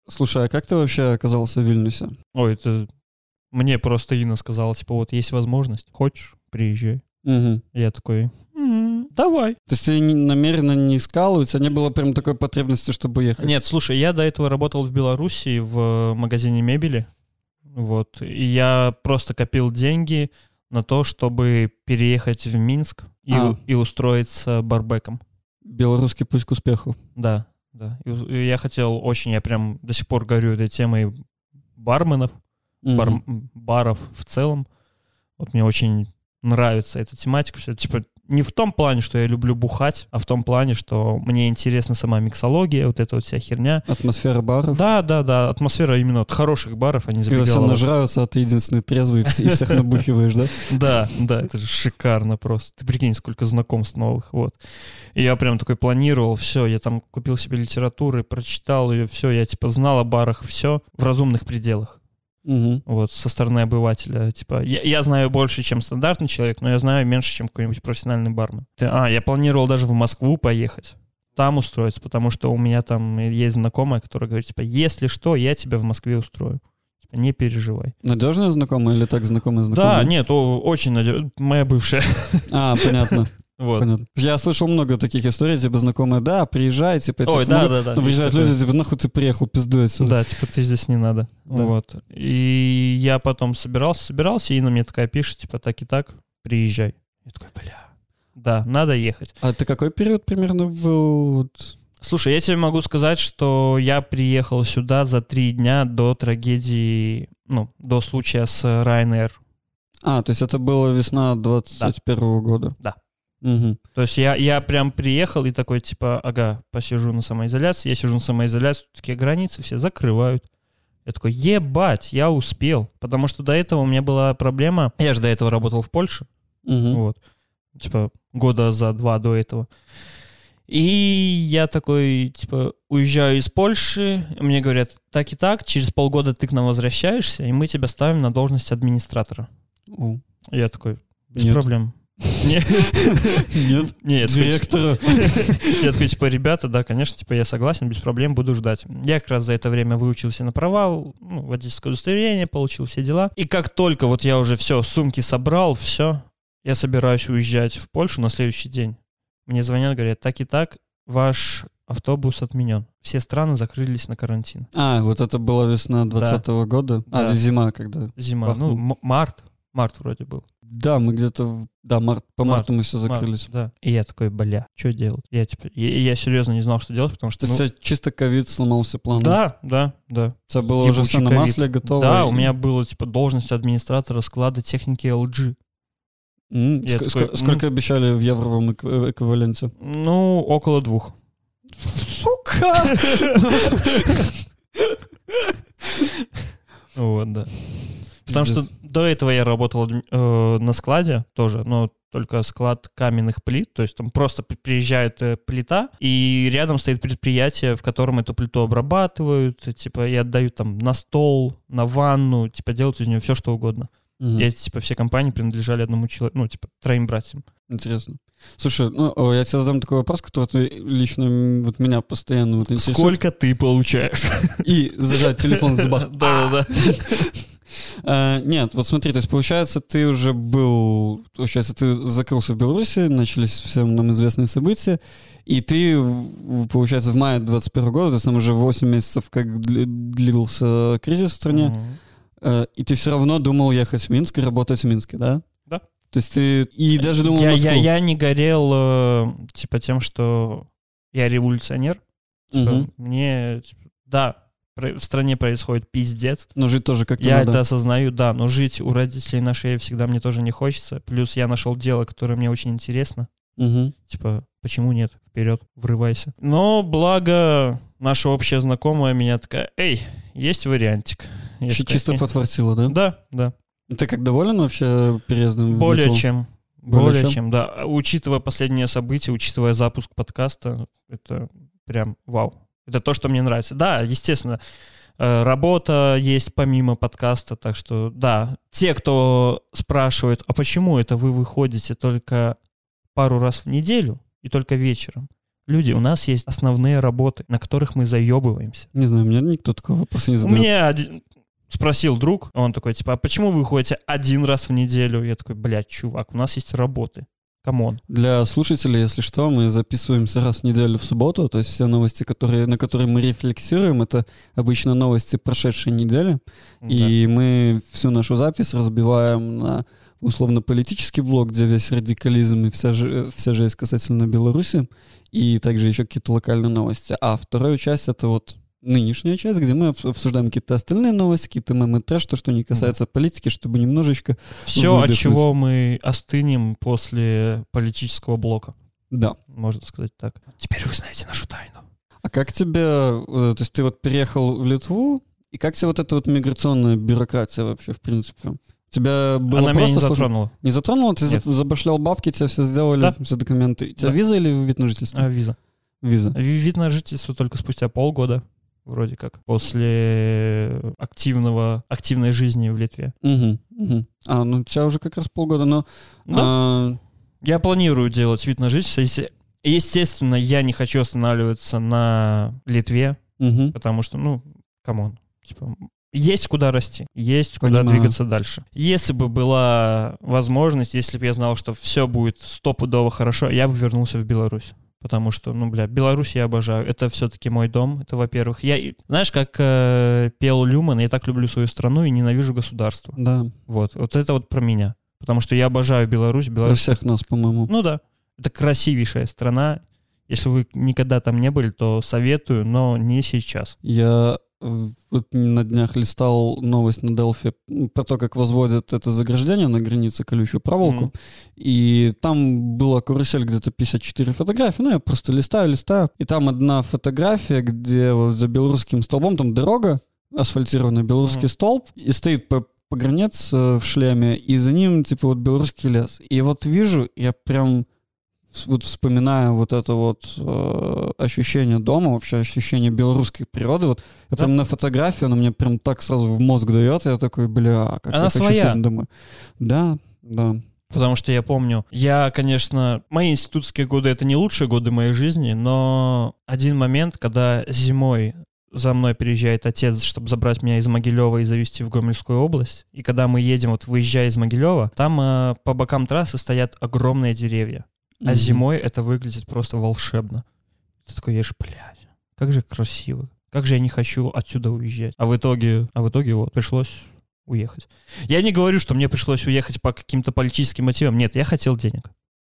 Слушай, а как ты вообще оказался в Вильнюсе? Ой, это мне просто Инна сказала, типа, вот есть возможность, хочешь, приезжай. Угу. Я такой, давай. То есть ты намеренно не искал, у тебя не было прям такой потребности, чтобы ехать? Нет, слушай, я до этого работал в Беларуси в магазине мебели, вот, и я просто копил деньги на то, чтобы переехать в Минск и устроиться барбеком. Белорусский путь к успеху. Да. И я хотел очень, я прям до сих пор горю этой темой барменов, баров в целом. Вот мне очень нравится эта тематика. Все, типа, не в том плане, что я люблю бухать, а в том плане, что мне интересна сама миксология, вот эта вот вся херня. Атмосфера баров? Да. Атмосфера именно от хороших баров, а не когда все нажраются, а ты единственный трезвый, и всех набухиваешь, да? Да, это же шикарно просто. Ты прикинь, сколько знакомств новых, вот. И я прям такой планировал, все, я там купил себе литературы, прочитал ее, все, я типа знал о барах, все в разумных пределах. Вот, со стороны обывателя. Типа, я знаю больше, чем стандартный человек, но я знаю меньше, чем какой-нибудь профессиональный бармен. Я планировал даже в Москву поехать, там устроиться, потому что у меня там есть знакомая, которая говорит, типа, если что, я тебя в Москве устрою. Типа, не переживай. Надежная знакомая или так знакомая? Да, нет, очень надежная. Моя бывшая. Понятно. Вот. Понятно. Я слышал много таких историй, типа знакомые, да, приезжай, типа, ой, да. Приезжают люди, типа, нахуй ты приехал, пиздуй отсюда. Да, типа, ты здесь не надо. Да. Вот. И я потом собирался, и Инна мне такая пишет, типа, так и так, приезжай. Я такой, да, надо ехать. А ты какой период примерно был? Слушай, я тебе могу сказать, что я приехал сюда за 3 дня до трагедии, до случая с Ryanair. То есть это была весна 21 года? Да. Угу. То есть я прям приехал и такой, типа, посижу на самоизоляции. Я сижу на самоизоляции, такие границы все закрывают. Я такой, ебать, я успел. Потому что до этого у меня была проблема. Я же до этого работал в Польше. Вот. Типа, года за 2 до этого. И я такой, типа, уезжаю из Польши. Мне говорят, так и так, через полгода ты к нам возвращаешься, и мы тебя ставим на должность администратора. Я такой, без проблем. Нет. Директора. Я такой, типа, ребята, да, конечно, типа, я согласен, без проблем, буду ждать. Я как раз за это время выучился на права, водительское удостоверение, получил все дела. И как только вот я уже все, сумки собрал, все, я собираюсь уезжать в Польшу на следующий день. Мне звонят, говорят, так и так, ваш автобус отменен. Все страны закрылись на карантин. Вот это была весна 2020 года? Да. Зима когда? Зима, март вроде был. Да, мы где-то, по марту мы все закрылись. Да. И я такой, что делать? Я серьезно не знал, что делать, потому что... То есть чисто ковид сломал все планы? Да. Это было уже все на масле готово? Да, у меня была, типа, должность администратора склада техники LG. Сколько обещали в евровом эквиваленте? Около 2. Сука! Вот, да. Потому что до этого я работал на складе тоже, но только склад каменных плит, то есть там просто приезжает плита, и рядом стоит предприятие, в котором эту плиту обрабатывают, типа, и отдают там на стол, на ванну, типа, делают из нее все, что угодно. И эти, типа, все компании принадлежали одному человеку, 3 братьям. Интересно. Слушай, я тебе задам такой вопрос, который лично вот меня постоянно интересует. Сколько ты получаешь? И зажать телефон в зубах. Да. Нет, вот смотри, то есть получается, ты закрылся в Беларуси, начались всем нам известные события, и ты, получается, в мае 2021 года, то есть там уже 8 месяцев, как длился кризис в стране, и ты все равно думал ехать в Минск и работать в Минске, да? Да. То есть ты и даже думал Москву. Я не горел, типа, тем, что я революционер. Типа, мне, в стране происходит пиздец. Но жить тоже как-то я надо. это осознаю, да, но жить у родителей на шее всегда мне тоже не хочется. Плюс я нашел дело, которое мне очень интересно. Типа, почему нет? Вперед, врывайся. Но благо наша общая знакомая меня такая, есть вариантик. Чисто подфартило, да? Да. Ты как доволен вообще переездом? Более чем, да. Учитывая последние события, учитывая запуск подкаста, это прям вау. Это то, что мне нравится. Да, естественно, работа есть помимо подкаста, так что, да. Те, кто спрашивает, а почему это вы выходите только пару раз в неделю и только вечером? Люди, у нас есть основные работы, на которых мы заебываемся. Не знаю, мне никто такого вопроса не задает. У меня спросил друг, он такой, типа, а почему вы ходите один раз в неделю? Я такой, блядь, чувак, у нас есть работы. Камон. Для слушателей, если что, мы записываемся раз в неделю в субботу, то есть все новости, на которые мы рефлексируем, это обычно новости прошедшей недели, да. И мы всю нашу запись разбиваем на условно-политический блок, где весь радикализм и вся жесть касательно Беларуси, и также еще какие-то локальные новости. А вторую часть — это вот нынешняя часть, где мы обсуждаем какие-то остальные новости, какие-то мемы, трэш, то, что не касается политики, чтобы немножечко все, выдохнуть. От чего мы остынем после политического блока. Да. Можно сказать так. Теперь вы знаете нашу тайну. А как тебе... То есть ты вот переехал в Литву, и как тебе вот эта вот миграционная бюрократия вообще, в принципе? Тебя было Она просто меня не затронула. Не затронула? Ты забашлял бабки, тебе все сделали, да. все документы. У тебя виза или вид на жительство? Виза. Виза. Вид на жительство только спустя полгода. Вроде как, после активной жизни в Литве. Угу. Ну у тебя уже как раз полгода, но... Да. Я планирую делать вид на жительство. Естественно, я не хочу останавливаться на Литве, потому что, камон, типа, есть куда расти, есть куда двигаться дальше. Если бы была возможность, если бы я знал, что все будет стопудово хорошо, я бы вернулся в Беларусь. Потому что, Беларусь я обожаю. Это все-таки мой дом. Это, во-первых. Знаешь, как пел Люман, я так люблю свою страну и ненавижу государство. Да. Вот это вот про меня. Потому что я обожаю Беларусь. Про всех нас, по-моему. Да. Это красивейшая страна. Если вы никогда там не были, то советую, но не сейчас. Я вот на днях листал новость на Делфи про то, как возводят это заграждение на границе, колючую проволоку. И там была карусель где-то 54 фотографии. Я просто листаю. И там одна фотография, где вот за белорусским столбом там дорога, асфальтированный белорусский столб, и стоит погранец в шлеме, и за ним типа вот белорусский лес. И вот вижу, я прям... Вот вспоминаю вот это вот ощущение дома, вообще ощущение белорусской природы, вот я прям на фотографии, она мне прям так сразу в мозг дает, и я такой, как она я своя. хочу с этим домой. Да. Потому что я помню, конечно, мои институтские годы — это не лучшие годы моей жизни, но один момент, когда зимой за мной приезжает отец, чтобы забрать меня из Могилева и завезти в Гомельскую область, и когда мы едем, выезжая из Могилева, там по бокам трассы стоят огромные деревья. А зимой это выглядит просто волшебно. Ты такой едешь, блядь, как же красиво. Как же я не хочу отсюда уезжать. А в итоге вот пришлось уехать. Я не говорю, что мне пришлось уехать по каким-то политическим мотивам. Нет, я хотел денег.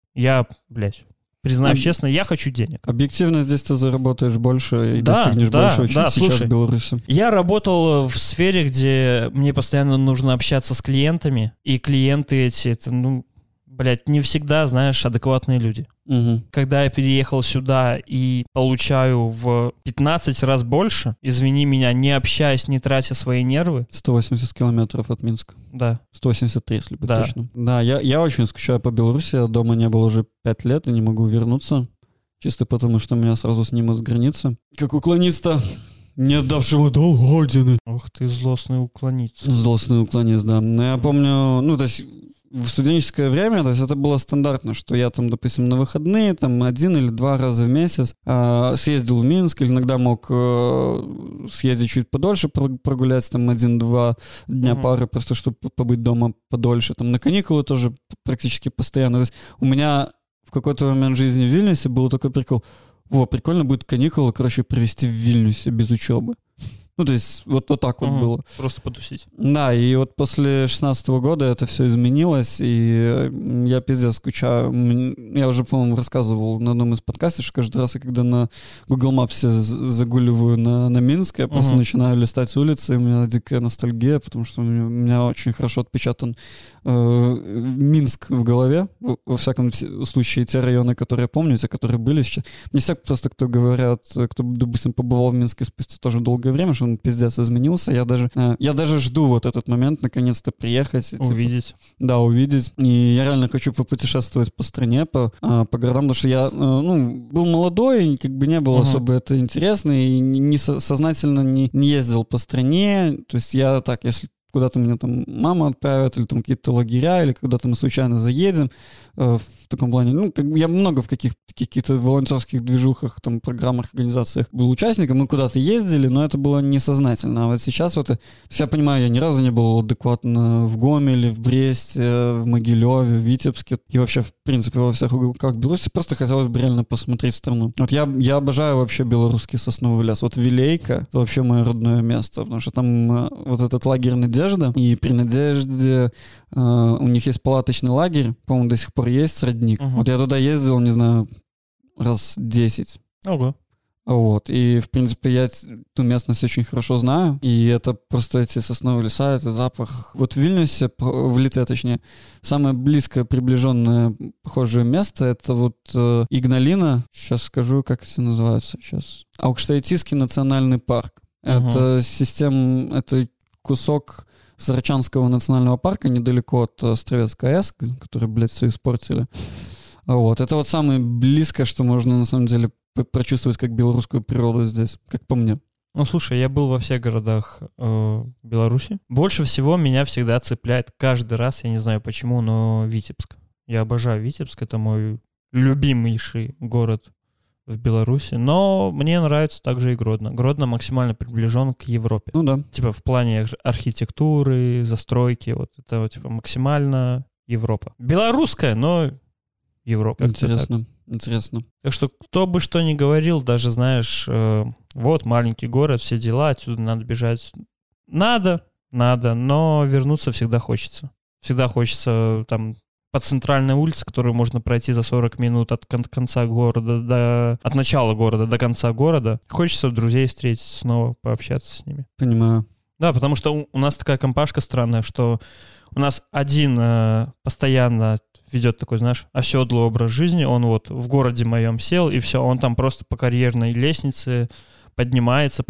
Признаюсь честно, я хочу денег. Объективно здесь ты заработаешь больше и достигнешь больше, чем сейчас в Беларуси. Я работал в сфере, где мне постоянно нужно общаться с клиентами, и клиенты эти, это, не всегда, знаешь, адекватные люди. Когда я переехал сюда и получаю в 15 раз больше, извини меня, не общаясь, не тратя свои нервы. 180 километров от Минска. Да. 183, если быть точным. Да, я очень скучаю по Беларуси, я дома не был уже 5 лет и не могу вернуться. Чисто потому, что меня сразу снимут с границы. Как уклониста, не отдавшего долг Родины. Ох ты, злостный уклонист. Злостный уклонист, да. Но я помню, то есть... В студенческое время, то есть это было стандартно, что я там, допустим, на выходные, там 1 или 2 раза в месяц съездил в Минск, или иногда мог съездить чуть подольше, прогуляться там 1-2 дня пары, просто чтобы побыть дома подольше. Там на каникулы тоже практически постоянно. То есть у меня в какой-то момент жизни в Вильнюсе был такой прикол. Прикольно будет каникулы, провести в Вильнюсе без учебы. То есть вот так вот было. Просто потусить. Да, и вот после 16-го года это все изменилось, и я пиздец скучаю. Я уже, по-моему, рассказывал на одном из подкастов, что каждый раз, когда на Google Maps загуливаю на Минск, я просто начинаю листать улицы, и у меня дикая ностальгия, потому что у меня очень хорошо отпечатан Минск в голове. Во всяком случае, те районы, которые я помню, те, которые были сейчас. Не все просто, кто говорят, кто, допустим, побывал в Минске спустя тоже долгое время, что он пиздец изменился. Я даже жду вот этот момент наконец-то приехать. Увидеть. Да, увидеть. И я реально хочу попутешествовать по стране, по городам, потому что я был молодой, не было особо это интересно, и сознательно не ездил по стране. То есть я так, если куда-то меня там мама отправит, или там какие-то лагеря, или куда-то мы случайно заедем. В таком плане, ну, я много в каких-то волонтерских движухах, там, программах, организациях был участником, мы куда-то ездили, но это было несознательно. А вот сейчас вот, я понимаю, я ни разу не был адекватно в Гомеле, в Бресте, в Могилеве, в Витебске и вообще, в принципе, во всех уголках Беларуси. Просто хотелось бы реально посмотреть страну. Вот я обожаю вообще белорусский сосновый лес. Вот Вилейка — это вообще мое родное место, потому что там вот этот лагерь «Надежда», и при «Надежде» у них есть палаточный лагерь, по-моему, до сих пор есть, родник. Вот я туда ездил, не знаю, раз 10. Ого. Вот, и, в принципе, я ту местность очень хорошо знаю, и это просто эти сосновые леса, это запах. Вот в Вильнюсе, в Литве, точнее, самое близкое, приближенное, похожее место — это вот Игналина, сейчас скажу, как это называется сейчас, Аукштайтийский национальный парк. Это это кусок Сарачанского национального парка, недалеко от Островецкой АЭС, который, блядь, все испортили. Вот. Это вот самое близкое, что можно, на самом деле, прочувствовать как белорусскую природу здесь, как по мне. Ну, слушай, я был во всех городах Беларуси. Больше всего меня всегда цепляет каждый раз, я не знаю почему, но Витебск. Я обожаю Витебск, это мой любимейший город в Беларуси, но мне нравится также и Гродно. Гродно максимально приближен к Европе. Ну да. Типа в плане архитектуры, застройки, вот это вот, типа максимально Европа. Белорусская, но Европа. Интересно. Так что кто бы что ни говорил, даже, знаешь, вот маленький город, все дела, отсюда надо бежать. Надо, но вернуться всегда хочется. Всегда хочется там по центральной улице, которую можно пройти за 40 минут от конца города от начала города до конца города. Хочется друзей встретить, снова пообщаться с ними. Понимаю. Да, потому что у нас такая компашка странная, что у нас один постоянно ведет такой, знаешь, оседлый образ жизни. Он вот в городе моем сел, и все, он там просто по карьерной лестнице поднимается.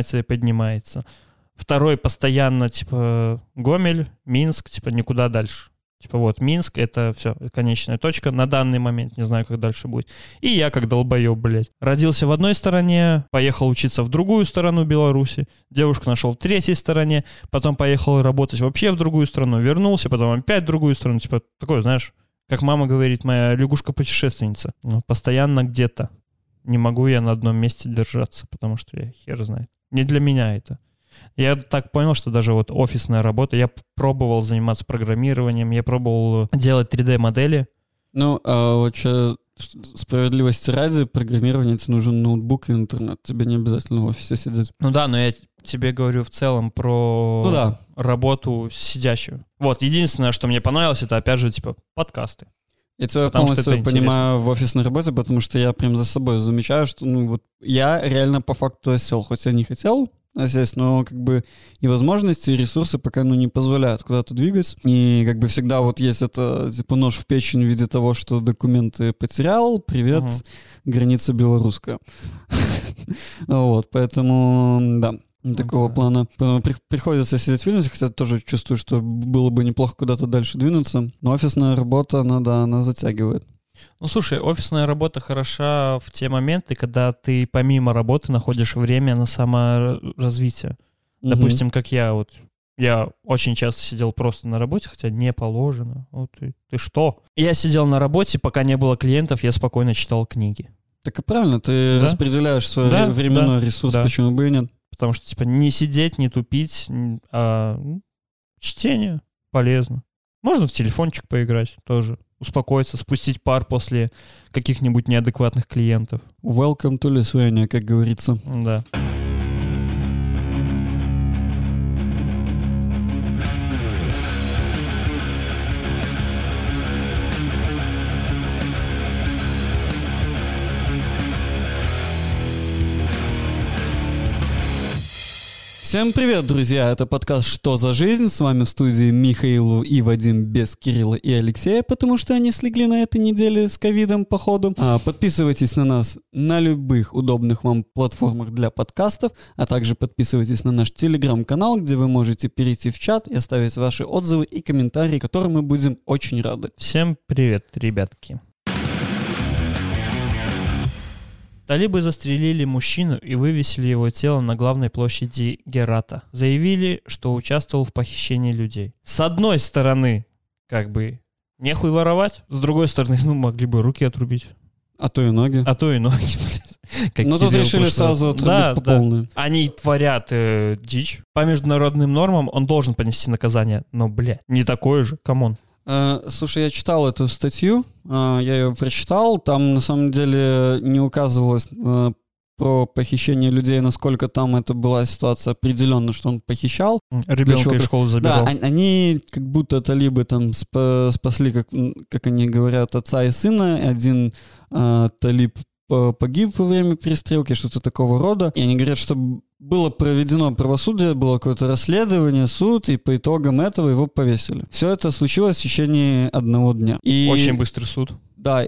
Второй постоянно, типа, Гомель, Минск, типа, никуда дальше. Типа вот, Минск — это все, конечная точка на данный момент, не знаю, как дальше будет. И я как долбоеб, блядь. Родился в одной стороне, поехал учиться в другую сторону Беларуси, девушку нашел в третьей стороне, потом поехал работать вообще в другую страну, вернулся, потом опять в другую страну. Типа такое, знаешь, как мама говорит, моя лягушка-путешественница. Постоянно где-то. Не могу я на одном месте держаться, потому что я хер знает. Не для меня это. Я так понял, что даже вот офисная работа, я пробовал заниматься программированием, я пробовал делать 3D-модели. Ну, а вообще, справедливости ради, программирование тебе нужен ноутбук и интернет. Тебе не обязательно в офисе сидеть. Ну да, но я тебе говорю в целом про работу сидящую. Вот, единственное, что мне понравилось, это опять же, типа, подкасты. Я тебя полностью понимаю в офисной работе, потому что я прям за собой замечаю, что, ну, вот я реально по факту осел, хоть я не хотел осесть, но как бы и возможности, и ресурсы пока, ну, не позволяют куда-то двигать. И как бы всегда вот есть это, типа, нож в печень в виде того, что документы потерял, привет, граница белорусская. Вот, поэтому, да. Такого плана. Приходится сидеть в Вильнюсе, хотя тоже чувствую, что было бы неплохо куда-то дальше двинуться. Но офисная работа, она затягивает. Ну, слушай, офисная работа хороша в те моменты, когда ты помимо работы находишь время на саморазвитие. Допустим, как я очень часто сидел просто на работе, хотя не положено. Вот ты что? Я сидел на работе, пока не было клиентов, я спокойно читал книги. Так и правильно, ты распределяешь свой временной ресурс, почему бы и нет. Потому что, типа, не сидеть, не тупить, а чтение полезно. Можно в телефончик поиграть тоже. Успокоиться, спустить пар после каких-нибудь неадекватных клиентов. Welcome to Lithuania, как говорится. Да. Всем привет, друзья! Это подкаст «Что за жизнь?» С вами в студии Михаил и Вадим без Кирилла и Алексея, потому что они слегли на этой неделе с ковидом, походу. Подписывайтесь на нас на любых удобных вам платформах для подкастов, а также подписывайтесь на наш телеграм-канал, где вы можете перейти в чат и оставить ваши отзывы и комментарии, которым мы будем очень рады. Всем привет, ребятки! Талибы застрелили мужчину и вывесили его тело на главной площади Герата. Заявили, что участвовал в похищении людей. С одной стороны, как бы, нехуй воровать. С другой стороны, могли бы руки отрубить. А то и ноги. А то и ноги, блядь. Ну, тут решили сразу отрубить по полной. Они творят дичь. По международным нормам он должен понести наказание. Но, блядь, не такое же, камон. Слушай, я читал эту статью, я ее прочитал, там на самом деле не указывалось про похищение людей, насколько там это была ситуация определенно, что он похищал. Ребенка из школы забирал. Да, они как будто талибы там спасли, как они говорят, отца и сына, один талиб погиб во время перестрелки, что-то такого рода. И они говорят, что было проведено правосудие, было какое-то расследование, суд, и по итогам этого его повесили. Все это случилось в течение одного дня. Очень быстрый суд. Да,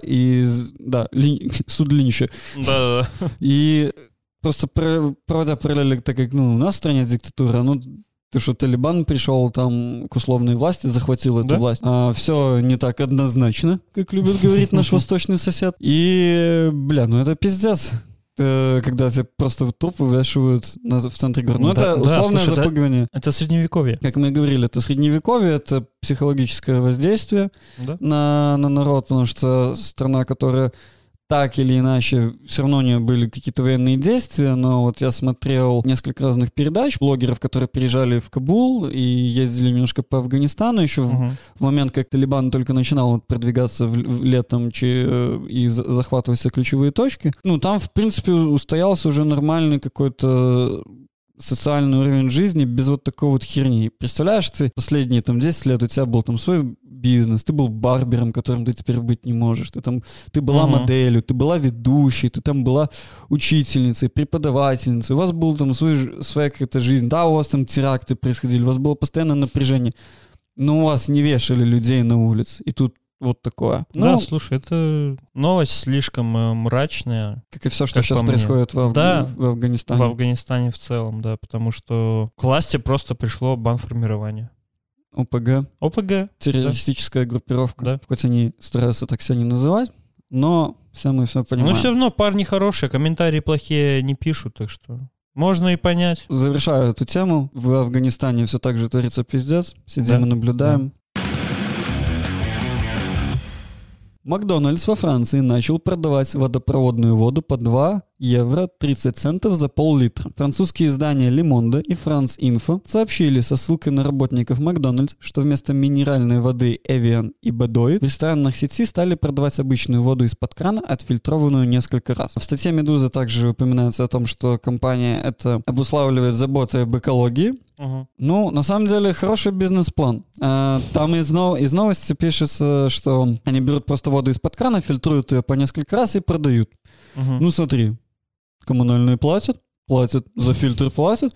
суд Линча. Да. И просто проводя параллели, так как у нас в стране диктатура, то, что Талибан пришел там к условной власти, захватил эту власть. Все не так однозначно, как любит говорить наш восточный сосед. И, это пиздец. Когда тебе просто труп вывешивают в центре города. Это условное запугивание. Это средневековье. Как мы и говорили, это средневековье, это психологическое воздействие на народ, потому что страна, которая так или иначе, все равно у нее были какие-то военные действия, но вот я смотрел несколько разных передач, блогеров, которые приезжали в Кабул и ездили немножко по Афганистану еще в момент, как Талибан только начинал продвигаться летом и захватывать все ключевые точки. Там, в принципе, устоялся уже нормальный какой-то социальный уровень жизни без вот такой вот херни. Представляешь, ты последние 10 лет у тебя был свой бизнес, ты был барбером, которым ты теперь быть не можешь, ты была моделью, ты была ведущей, ты там была учительницей, преподавательницей, у вас была своя какая-то жизнь, да, у вас там теракты происходили, у вас было постоянное напряжение, но у вас не вешали людей на улице, и тут вот такое. Да, слушай, это новость слишком мрачная. Как и все, что сейчас происходит в Афганистане. В Афганистане в целом, да, потому что к власти просто пришло банформирование. ОПГ. Террористическая группировка. Да. Хоть они стараются так себя не называть, но мы все понимаем. Но все равно парни хорошие, комментарии плохие не пишут, так что можно и понять. Завершаю эту тему. В Афганистане все так же творится пиздец. Сидим и наблюдаем. Да. Макдональдс во Франции начал продавать водопроводную воду по 2 евро 30 центов за пол-литра. Французские издания Le Monde и France Info сообщили со ссылкой на работников Макдональдс, что вместо минеральной воды Evian и Bedoit в ресторанах сети стали продавать обычную воду из-под крана, отфильтрованную несколько раз. В статье «Медуза» также упоминается о том, что компания это обуславливает заботой об экологии. На самом деле, хороший бизнес-план. Там из новости пишется, что они берут просто воду из-под крана, фильтруют ее по несколько раз и продают. Смотри, коммунальные платят, за фильтр платят.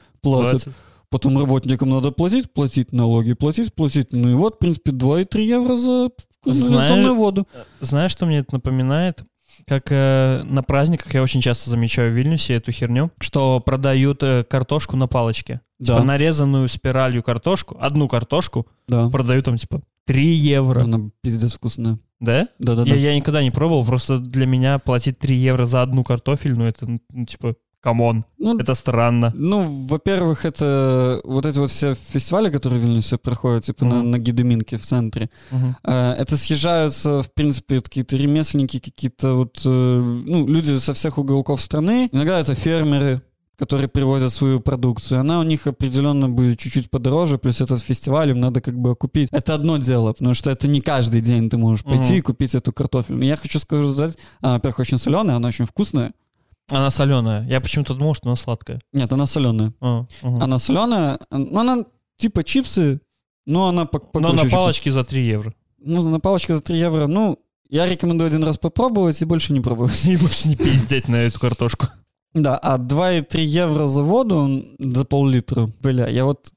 Потом работникам надо платить налоги, платить. И вот, в принципе, 2,3 евро за канализационную воду. Знаешь, что мне это напоминает? Как на праздниках я очень часто замечаю в Вильнюсе эту херню, что продают картошку на палочке. Да. Нарезанную спиралью картошку, одну картошку, продают 3 евро. Она пиздец вкусная. Да? Да. Я никогда не пробовал, просто для меня платить 3 евро за одну картофельную, это, камон, это странно. Во-первых, это вот эти вот все фестивали, которые в Вильнюсе проходят, на Гедеминке в центре, это съезжаются, в принципе, какие-то ремесленники, какие-то люди со всех уголков страны. Иногда это фермеры, которые привозят свою продукцию. Она у них определенно будет чуть-чуть подороже, плюс этот фестиваль им надо окупить. Это одно дело, потому что это не каждый день ты можешь пойти и купить эту картофель. Я хочу сказать, она, во-первых, очень соленая, она очень вкусная. Она соленая. Я почему-то думал, что она сладкая. Нет, она соленая. Она соленая. Она типа чипсы, но она но на палочке за 3 евро. На палочке за 3 евро. Я рекомендую один раз попробовать и больше не пробовать. И больше не пиздеть на эту картошку. Да, а 2,3 евро за воду, за пол-литра, я вот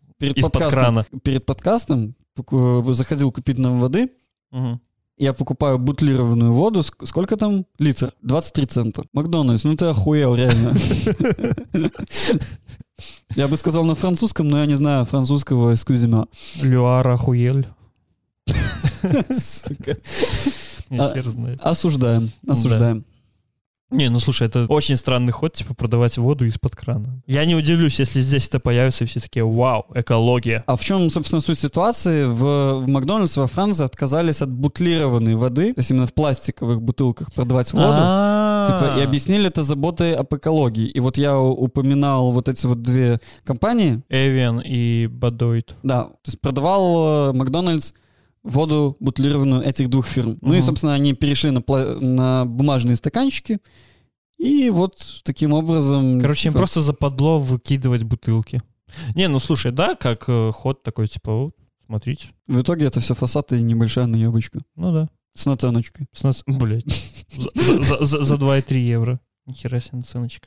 перед подкастом заходил купить нам воды, я покупаю бутлированную воду, сколько там? Литр? 23 цента. Макдональдс, ты охуел, реально. Я бы сказал на французском, но я не знаю французского «excusez-moi». Люар охуел. Осуждаем. Не, ну слушай, это очень странный ход, типа продавать воду из-под крана. Я не удивлюсь, если здесь это появится, и все такие, вау, экология. А в чем, собственно, суть ситуации? В Макдональдс во Франции отказались от бутлированной воды, то есть именно в пластиковых бутылках продавать воду. Типа, и объяснили это заботой об экологии. И вот я упоминал вот эти вот две компании. Evian и Badoit. Да, то есть продавал Макдональдс воду бутлированную этих двух фирм. Ну и, собственно, они перешли на бумажные стаканчики. И вот таким образом... Короче, им просто западло выкидывать бутылки. Не, ну слушай, да, как ход такой, типа, вот, смотрите. В итоге это все фасад и небольшая наебочка. Ну да. С наценочкой. Блять. За 2,3 евро. Нихера себе наценочка.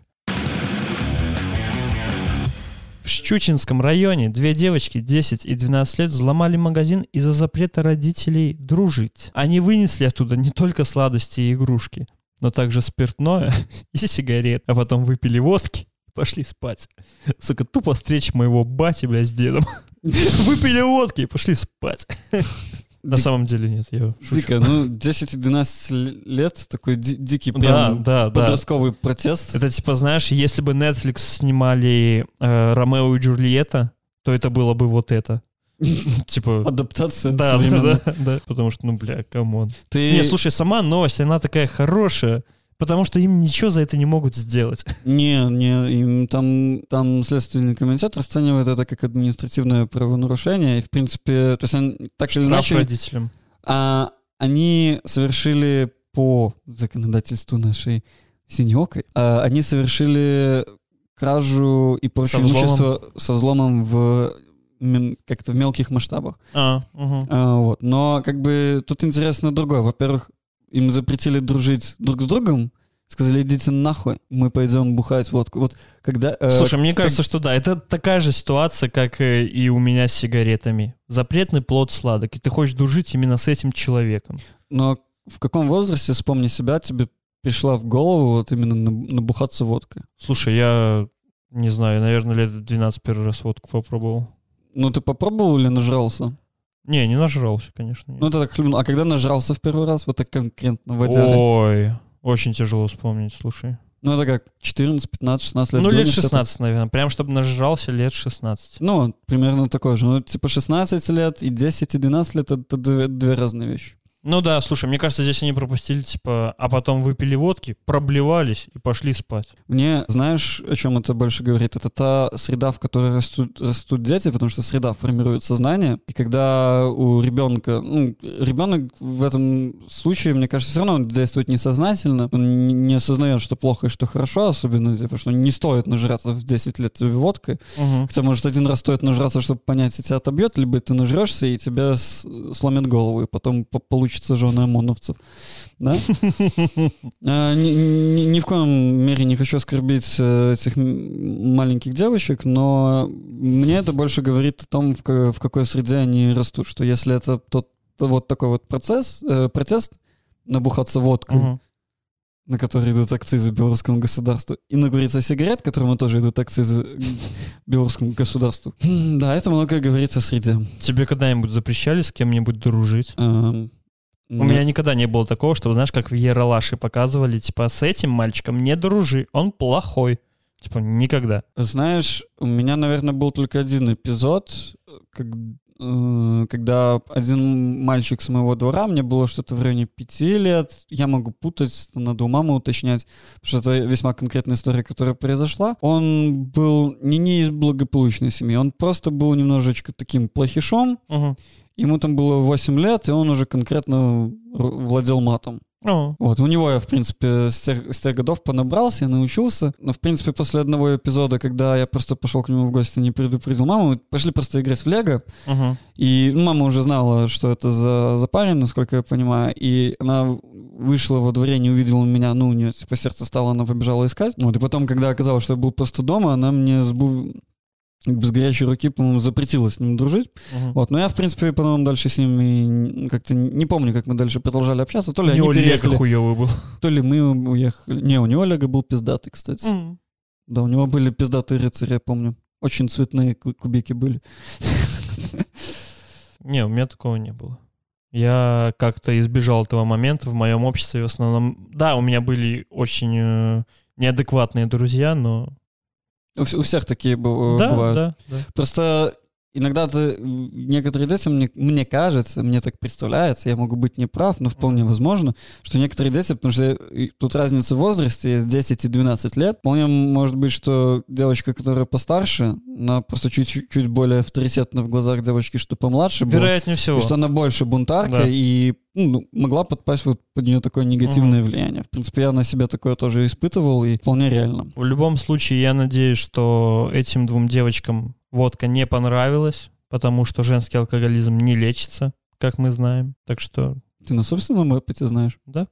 В Щучинском районе две девочки 10 и 12 лет взломали магазин из-за запрета родителей дружить. Они вынесли оттуда не только сладости и игрушки, но также спиртное и сигарет. А потом выпили водки и пошли спать. Сука, тупо встреча моего бати, блядь, с дедом. Выпили водки и пошли спать. На самом деле нет, я шучу. Дико, ну 10 и 12 лет, такой дикий прям подростковый протест. Это типа, знаешь, если бы Netflix снимали Ромео и Джульетта, то это было бы вот это. Типа... Адаптация современная. Да, потому что, ну, бля, камон. Не, слушай, сама новость, она такая хорошая, потому что им ничего за это не могут сделать. Не, им там Следственный комитет расценивает это как административное правонарушение, и, в принципе, то есть они так или иначе... родителям. Они совершили по законодательству нашей синьокой, они совершили кражу и прочее имущество со взломом как-то в мелких масштабах. Вот. Но как бы тут интересно другое. Во-первых, им запретили дружить друг с другом, сказали, идите нахуй, мы пойдем бухать водку. Вот когда... Слушай, мне кажется, что да, это такая же ситуация, как и у меня с сигаретами. Запретный плод сладок, и ты хочешь дружить именно с этим человеком. Но в каком возрасте, вспомни себя, тебе пришла в голову вот именно набухаться водкой? Слушай, я не знаю, наверное, лет в 12 первый раз водку попробовал. Ну, ты попробовал или нажрался? Не нажрался, конечно. Нет. Ну, это так хлебно. А когда нажрался в первый раз, вот так конкретно в идеале? Ой, очень тяжело вспомнить, слушай. Ну, это как 14, 15, 16 лет? Ну, лет 16, наверное. Прям, чтобы нажрался, лет 16. Ну, примерно такое же. Ну, типа 16 лет и 10, и 12 лет — это две разные вещи. Ну да, слушай, мне кажется, здесь они пропустили, типа, а потом выпили водки, проблевались и пошли спать. Мне, знаешь, о чем это больше говорит? Это та среда, в которой растут дети, потому что среда формирует сознание. И когда у ребенка, ребенок в этом случае, мне кажется, все равно он действует несознательно. Он не осознает, что плохо и что хорошо, особенно, типа, что не стоит нажраться в 10 лет водкой. Хотя, может, один раз стоит нажраться, чтобы понять, если тебя отобьет, либо ты нажрешься, и тебя сломят голову, и потом получится жены ОМОНовцев. Да? Ни в коем мере не хочу оскорбить этих маленьких девочек, но мне это больше говорит о том, в какой среде они растут, что если это вот такой вот протест, набухаться водкой, на который идут акцизы белорусскому государству, и накуриться сигарет, которому тоже идут акцизы белорусскому государству. Да, это многое говорит о среде. Тебе когда-нибудь запрещали с кем-нибудь дружить? У меня никогда не было такого, что, знаешь, как в Ералаше показывали, типа, с этим мальчиком не дружи, он плохой. Типа, никогда. Знаешь, у меня, наверное, был только один эпизод, когда один мальчик с моего двора, мне было что-то в районе 5 лет, я могу путать, надо у мамы уточнять, потому что это весьма конкретная история, которая произошла. Он был не из благополучной семьи, он просто был немножечко таким плохишом. Ему там было 8 лет, и он уже конкретно владел матом. Вот, у него я, в принципе, с тех годов понабрался, я научился. Но, в принципе, после одного эпизода, когда я просто пошел к нему в гости, не предупредил маму, мы пошли просто играть в Лего. И мама уже знала, что это за парень, насколько я понимаю. И она вышла во дворе, не увидела меня, у нее типа сердце стало, она побежала искать. Вот, и потом, когда оказалось, что я был просто дома, она мне без горячей руки, по-моему, запретила с ним дружить. Вот. Но я, в принципе, потом дальше с ним и как-то не помню, как мы дальше продолжали общаться. То ли они переехали, хуёвый был. То ли мы уехали. Не, у него Лего был пиздатый, кстати. Да, у него были пиздатые рыцари, я помню. Очень цветные кубики были. Не, у меня такого не было. Я как-то избежал этого момента в моем обществе в основном. Да, у меня были очень неадекватные друзья, но... У всех такие бывают. Да. Просто иногда некоторые дети, мне кажется, мне так представляется, я могу быть неправ, но вполне возможно, что некоторые дети, потому что тут разница в возрасте, есть 10 и 12 лет, вполне может быть, что девочка, которая постарше, она просто чуть более авторитетна в глазах девочки, что помладше была. Вероятнее всего. И что она больше бунтарка, и могла подпасть вот под нее такое негативное влияние. В принципе, я на себя такое тоже испытывал, и вполне реально. В любом случае, я надеюсь, что этим двум девочкам водка не понравилась, потому что женский алкоголизм не лечится, как мы знаем. Так что... Ты на собственном опыте знаешь? Да.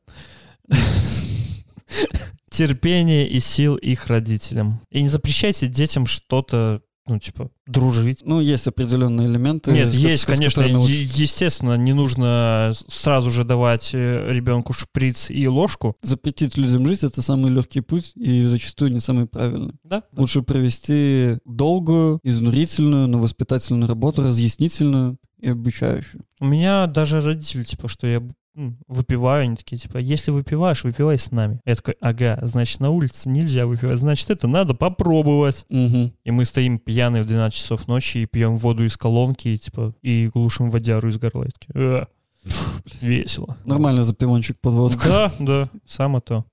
Терпение и сил их родителям. И не запрещайте детям что-то, дружить. Есть определенные элементы. Нет, есть, конечно, естественно, не нужно сразу же давать ребенку шприц и ложку. Запретить людям жить — это самый легкий путь и зачастую не самый правильный. Да. Лучше провести долгую, изнурительную, но воспитательную работу, разъяснительную и обучающую. У меня даже родители, что я выпиваю, они такие, если выпиваешь, выпивай с нами. Я такой, значит, на улице нельзя выпивать, значит, это надо попробовать. Угу. И мы стоим пьяные в 12 часов ночи и пьем воду из колонки, и глушим водяру из горла. Весело. Нормально за пивончик под водку. Да, само то.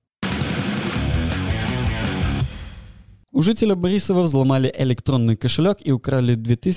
У жителя Борисова взломали электронный кошелек и украли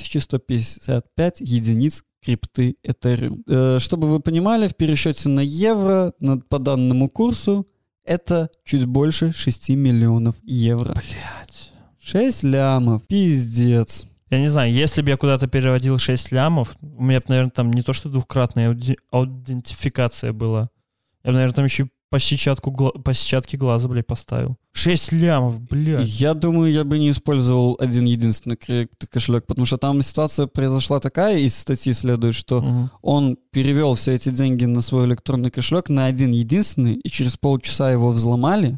2155 единиц крипты Ethereum. Чтобы вы понимали, в пересчете на евро по данному курсу это чуть больше 6 миллионов евро. Блять. 6 лямов. Пиздец. Я не знаю, если бы я куда-то переводил 6 лямов, у меня бы, наверное, там не то что двухкратная аутентификация была. Я бы, наверное, там еще по сетчатке глаза, блядь, поставил. 6 лямов, блядь. Я думаю, я бы не использовал один единственный кошелек, потому что там ситуация произошла такая, из статьи следует, что он перевел все эти деньги на свой электронный кошелек на один единственный, и через полчаса его взломали,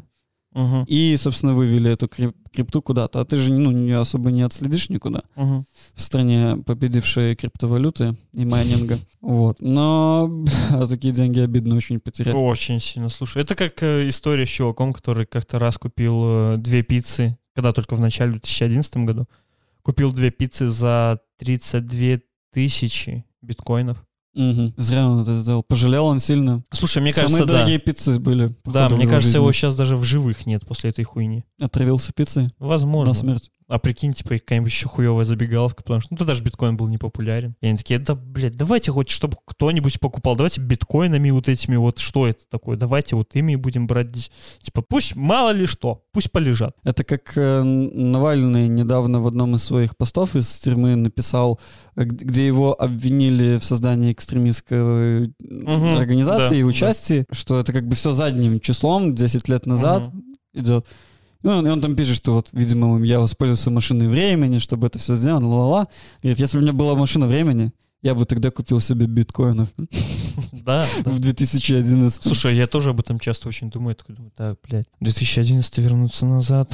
и, собственно, вывели эту крипту куда-то. А ты же особо не отследишь никуда в стране победившей криптовалюты и майнинга. Вот. Но такие деньги обидно очень потерять. Очень сильно, слушай. Это как история с чуваком, который как-то раз купил 2 пиццы, когда только в начале 2011 году, купил 2 пиццы за 32 тысячи биткоинов. Зря он это сделал. Пожалел он сильно. Слушай, мне кажется, самые дорогие пиццы были. Да, мне кажется, его сейчас даже в живых нет после этой хуйни. Отравился пиццей? Возможно. На смерть. А прикинь, какая-нибудь еще хуевая забегаловка, потому что, тогда же биткоин был не популярен. И они такие, давайте хоть, чтобы кто-нибудь покупал, давайте биткоинами вот этими что это такое, давайте ими будем брать, пусть мало ли что, пусть полежат. Это как Навальный недавно в одном из своих постов из тюрьмы написал, где его обвинили в создании экстремистской организации и участии, что это все задним числом 10 лет назад идет. И он там пишет, что видимо, я воспользовался машиной времени, чтобы это все сделать, ла-ла-ла. Говорит, если бы у меня была машина времени, я бы тогда купил себе биткоинов. Да. В 2011. Слушай, я тоже об этом часто очень думаю. Так, блядь, 2011 вернуться назад.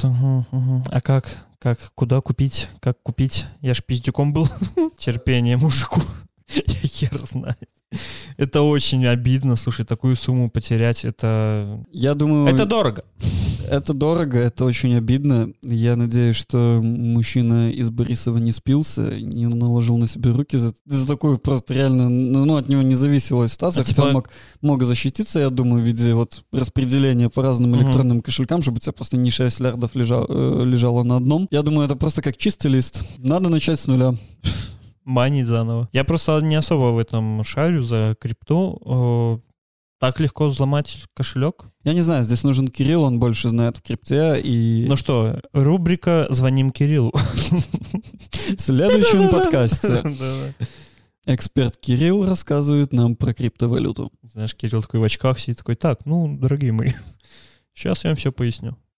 А как? Куда купить? Как купить? Я ж пиздюком был. Терпение мужику. Я хер знает. Это очень обидно, слушай, такую сумму потерять, Я думаю... Это дорого. Это дорого, это очень обидно. Я надеюсь, что мужчина из Борисова не спился, не наложил на себя руки за такую просто реально, от него не зависела ситуация. Хотя он мог защититься, я думаю, в виде распределения по разным электронным кошелькам, чтобы у тебя просто не 6 лярдов лежало на одном. Я думаю, это просто как чистый лист. Надо начать с нуля. Манить заново. Я просто не особо в этом шарю за крипту. Так легко взломать кошелек? Я не знаю, здесь нужен Кирилл, он больше знает в крипте. Ну что, рубрика «Звоним Кириллу». В следующем подкасте эксперт Кирилл рассказывает нам про криптовалюту. Знаешь, Кирилл такой в очках сидит, такой, дорогие мои, сейчас я вам все поясню.